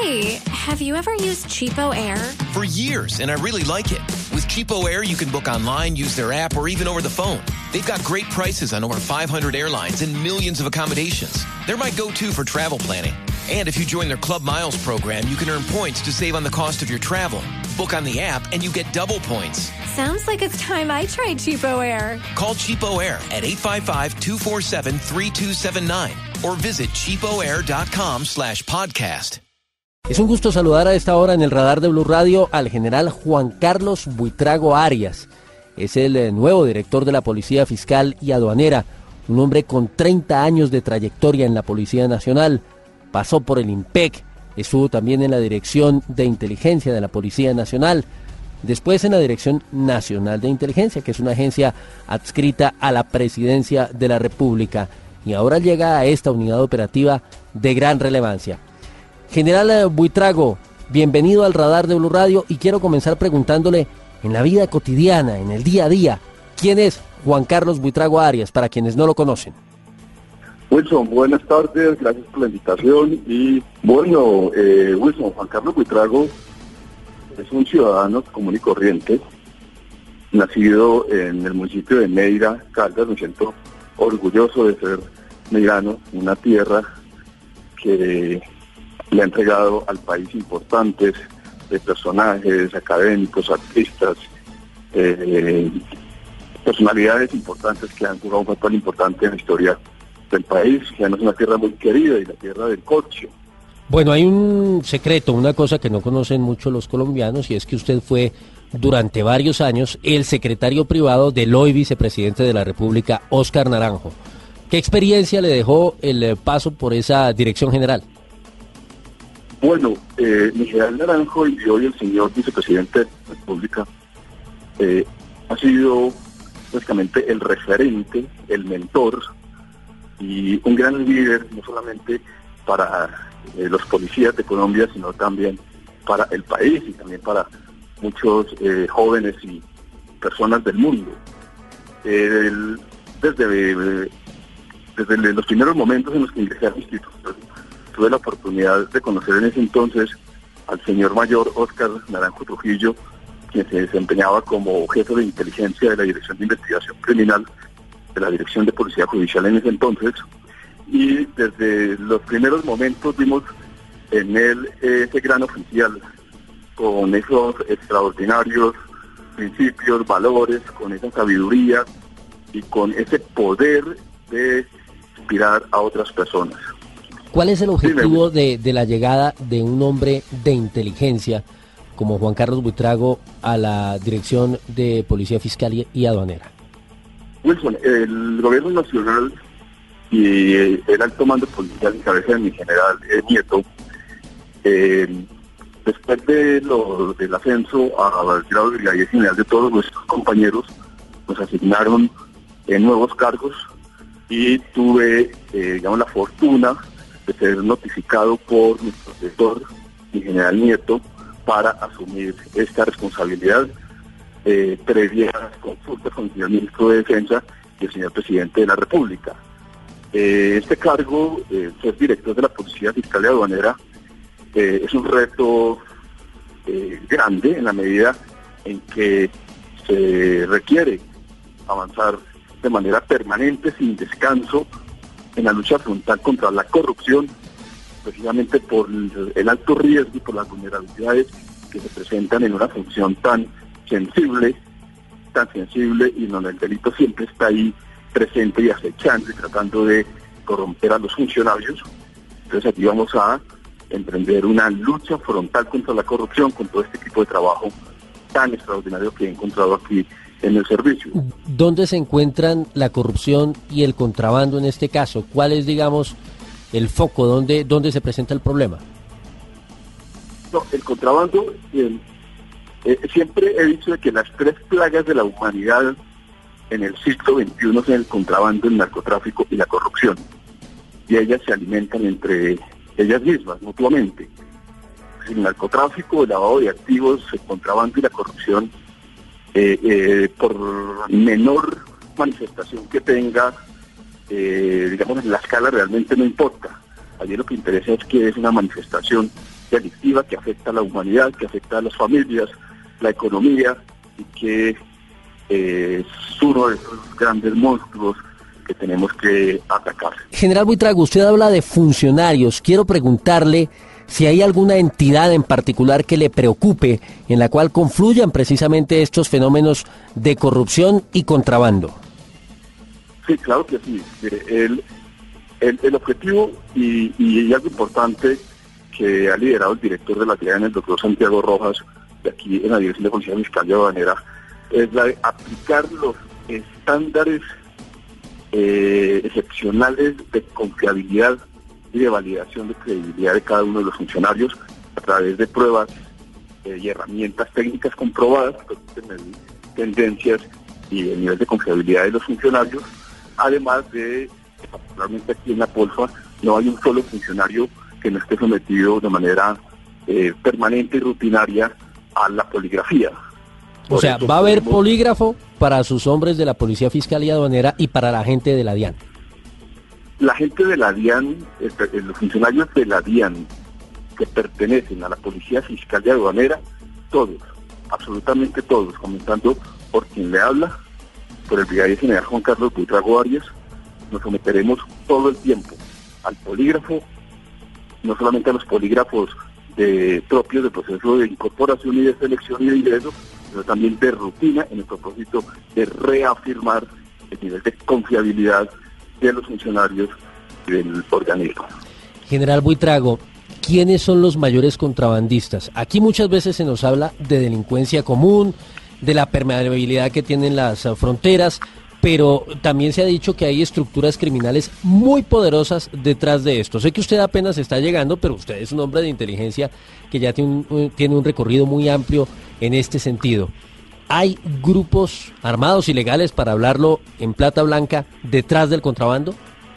Hey, have you ever used Cheapo Air? For years, and I really like it. With Cheapo Air, you can book online, use their app, or even over the phone. They've got great prices on over 500 airlines and millions of accommodations. They're my go-to for travel planning. And if you join their Club Miles program, you can earn points to save on the cost of your travel. Book on the app, and you get double points. Sounds like it's time I tried Cheapo Air. Call Cheapo Air at 855-247-3279 or visit cheapoair.com/podcast. Es un gusto saludar a esta hora en el radar de Blue Radio al general Juan Carlos Buitrago Arias. Es el nuevo director de la Policía Fiscal y Aduanera, un hombre con 30 años de trayectoria en la Policía Nacional. Pasó por el IMPEC, estuvo también en la Dirección de Inteligencia de la Policía Nacional, después en la Dirección Nacional de Inteligencia, que es una agencia adscrita a la Presidencia de la República, y ahora llega a esta unidad operativa de gran relevancia. General Buitrago, bienvenido al radar de Blue Radio, y quiero comenzar preguntándole, en la vida cotidiana, en el día a día, ¿quién es Juan Carlos Buitrago Arias, para quienes no lo conocen? Wilson, buenas tardes, gracias por la invitación. Y bueno, Wilson, Juan Carlos Buitrago es un ciudadano común y corriente, nacido en el municipio de Neira, Caldas. Me siento orgulloso de ser neirano, una tierra que le ha entregado al país importantes personajes académicos, artistas, personalidades importantes que han jugado un papel importante en la historia del país, que además es una tierra muy querida y la tierra del corcho. Bueno, hay un secreto, una cosa que no conocen mucho los colombianos, y es que usted fue durante varios años el secretario privado del hoy vicepresidente de la República, Óscar Naranjo. ¿Qué experiencia le dejó el paso por esa dirección general? Bueno, mi general Naranjo y hoy el señor vicepresidente de la República ha sido básicamente el referente, el mentor y un gran líder, no solamente para los policías de Colombia, sino también para el país y también para muchos jóvenes y personas del mundo. Desde los primeros momentos en los que ingresé al instituto, tuve la oportunidad de conocer en ese entonces al señor mayor Óscar Naranjo Trujillo, quien se desempeñaba como jefe de inteligencia de la Dirección de Investigación Criminal de la Dirección de Policía Judicial en ese entonces, y desde los primeros momentos vimos en él ese gran oficial con esos extraordinarios principios, valores, con esa sabiduría y con ese poder de inspirar a otras personas. ¿Cuál es el objetivo de la llegada de un hombre de inteligencia como Juan Carlos Buitrago a la Dirección de Policía Fiscal y Aduanera? Wilson, el gobierno nacional y el alto mando policial en cabeza de mi general Nieto, después del ascenso al grado de brigadier general de todos nuestros compañeros, nos asignaron nuevos cargos y tuve, la fortuna de ser notificado por mi profesor, mi general Nieto, para asumir esta responsabilidad previa consulta con el señor ministro de Defensa y el señor presidente de la República. Este cargo, ser director de la Policía Fiscal y Aduanera, es un reto grande en la medida en que se requiere avanzar de manera permanente, sin descanso, en la lucha frontal contra la corrupción, precisamente por el alto riesgo y por las vulnerabilidades que se presentan en una función tan sensible, y donde el delito siempre está ahí presente y acechando y tratando de corromper a los funcionarios. Entonces aquí vamos a emprender una lucha frontal contra la corrupción con todo este equipo de trabajo tan extraordinario que he encontrado aquí en el servicio. ¿Dónde se encuentran la corrupción y el contrabando en este caso? ¿Cuál es, digamos, el foco? ¿Dónde se presenta el problema? No, el contrabando, siempre he dicho de que las tres plagas de la humanidad en el siglo XXI son el contrabando, el narcotráfico y la corrupción. Y ellas se alimentan entre ellas mismas, mutuamente. El narcotráfico, el lavado de activos, el contrabando y la corrupción, por menor manifestación que tenga, digamos, en la escala realmente no importa. Allí lo que interesa es que es una manifestación delictiva que afecta a la humanidad, que afecta a las familias, la economía, y que es uno de esos grandes monstruos que tenemos que atacar. General Buitrago, usted habla de funcionarios. Quiero preguntarle si hay alguna entidad en particular que le preocupe, en la cual confluyan precisamente estos fenómenos de corrupción y contrabando. Sí, claro que sí. El objetivo y algo importante que ha liderado el director de la DIAN, el doctor Santiago Rojas, de aquí en la Dirección de Policía Fiscal y Aduanera, es la de aplicar los estándares excepcionales de confiabilidad y de validación de credibilidad de cada uno de los funcionarios a través de pruebas y herramientas técnicas comprobadas que permiten medir tendencias y el nivel de confiabilidad de los funcionarios, además de, particularmente aquí en la Polfa, no hay un solo funcionario que no esté sometido de manera permanente y rutinaria a la poligrafía. O sea, va a haber polígrafo para sus hombres de la Policía Fiscal y Aduanera y para la gente de la DIAN. La gente de la DIAN, los funcionarios de la DIAN que pertenecen a la Policía Fiscal y Aduanera, todos, absolutamente todos, comenzando por quien le habla, por el brigadier general Juan Carlos Buitrago Arias, nos someteremos todo el tiempo al polígrafo, no solamente a los polígrafos propios del proceso de incorporación y de selección y de ingreso, sino también de rutina en el propósito de reafirmar el nivel de confiabilidad de los funcionarios del organismo. General Buitrago, ¿quiénes son los mayores contrabandistas? Aquí muchas veces se nos habla de delincuencia común, de la permeabilidad que tienen las fronteras, pero también se ha dicho que hay estructuras criminales muy poderosas detrás de esto. Sé que usted apenas está llegando, pero usted es un hombre de inteligencia que ya tiene un recorrido muy amplio en este sentido. ¿Hay grupos armados ilegales, para hablarlo en plata blanca, detrás del contrabando?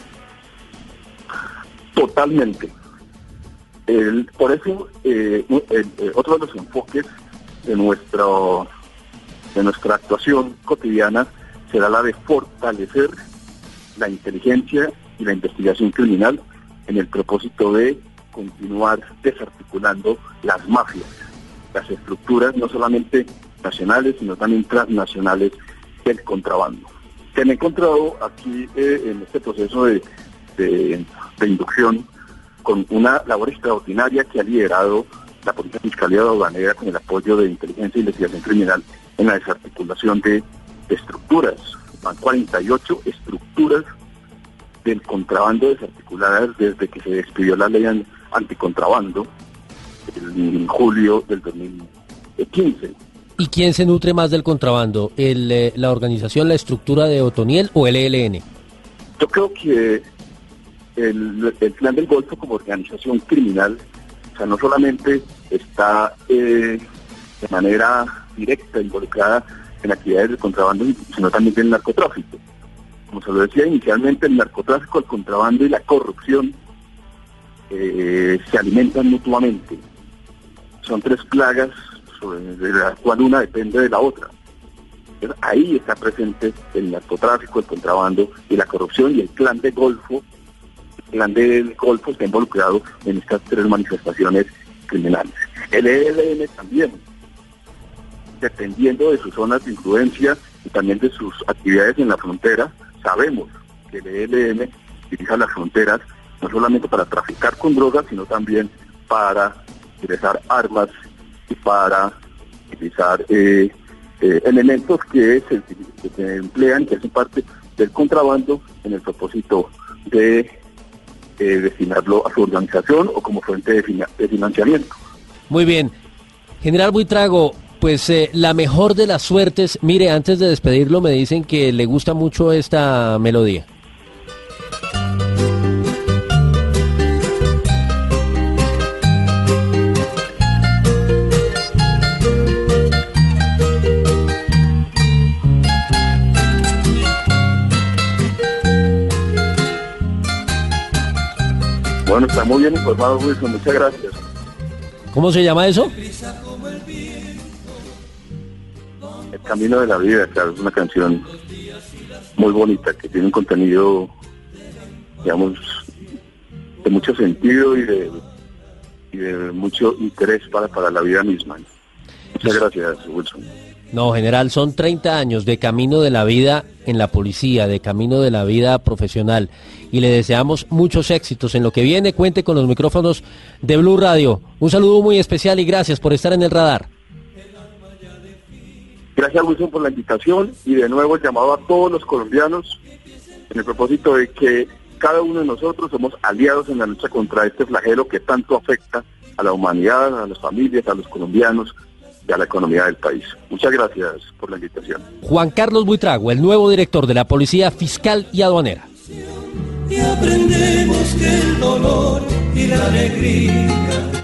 Totalmente. Por eso, otro de los enfoques de nuestra actuación cotidiana será la de fortalecer la inteligencia y la investigación criminal en el propósito de continuar desarticulando las mafias, las estructuras no solamente nacionales, sino también transnacionales del contrabando. Se me he encontrado aquí en este proceso de inducción con una labor extraordinaria que ha liderado la Policía Fiscal y Aduanera con el apoyo de Inteligencia e Investigación Criminal en la desarticulación de estructuras. Van 48 estructuras del contrabando desarticuladas desde que se despidió la ley anticontrabando en julio del 2015. ¿Y quién se nutre más del contrabando? ¿La organización, la estructura de Otoniel o el ELN? Yo creo que el Clan del Golfo como organización criminal, o sea, no solamente está de manera directa involucrada en actividades de contrabando, sino también en el narcotráfico. Como se lo decía inicialmente, el narcotráfico, el contrabando y la corrupción se alimentan mutuamente. Son tres plagas de la cual una depende de la otra. Entonces, ahí está presente el narcotráfico, el contrabando y la corrupción, y el Clan del Golfo. El Clan del Golfo está involucrado en estas tres manifestaciones criminales. El ELN también, dependiendo de sus zonas de influencia y también de sus actividades en la frontera. Sabemos que el ELN utiliza las fronteras no solamente para traficar con drogas, sino también para ingresar armas y para utilizar elementos que se emplean, que hacen parte del contrabando, en el propósito de destinarlo a su organización o como fuente de financiamiento. Muy bien. General Buitrago, pues la mejor de las suertes. Mire, antes de despedirlo me dicen que le gusta mucho esta melodía. Bueno, está muy bien informado, Wilson, muchas gracias. ¿Cómo se llama eso? El Camino de la Vida, claro, es una canción muy bonita que tiene un contenido, digamos, de mucho sentido y y de mucho interés para la vida misma. Muchas gracias, Wilson. No, general, son 30 años de camino de la vida en la policía, de camino de la vida profesional, y le deseamos muchos éxitos en lo que viene. Cuente con los micrófonos de Blue Radio. Un saludo muy especial y gracias por estar en el radar. Gracias, Wilson, por la invitación, y de nuevo el llamado a todos los colombianos en el propósito de que cada uno de nosotros somos aliados en la lucha contra este flagelo que tanto afecta a la humanidad, a las familias, a los colombianos y a la economía del país. Muchas gracias por la invitación. Juan Carlos Buitrago, el nuevo director de la Policía Fiscal y Aduanera. Y aprendemos que el dolor y la alegría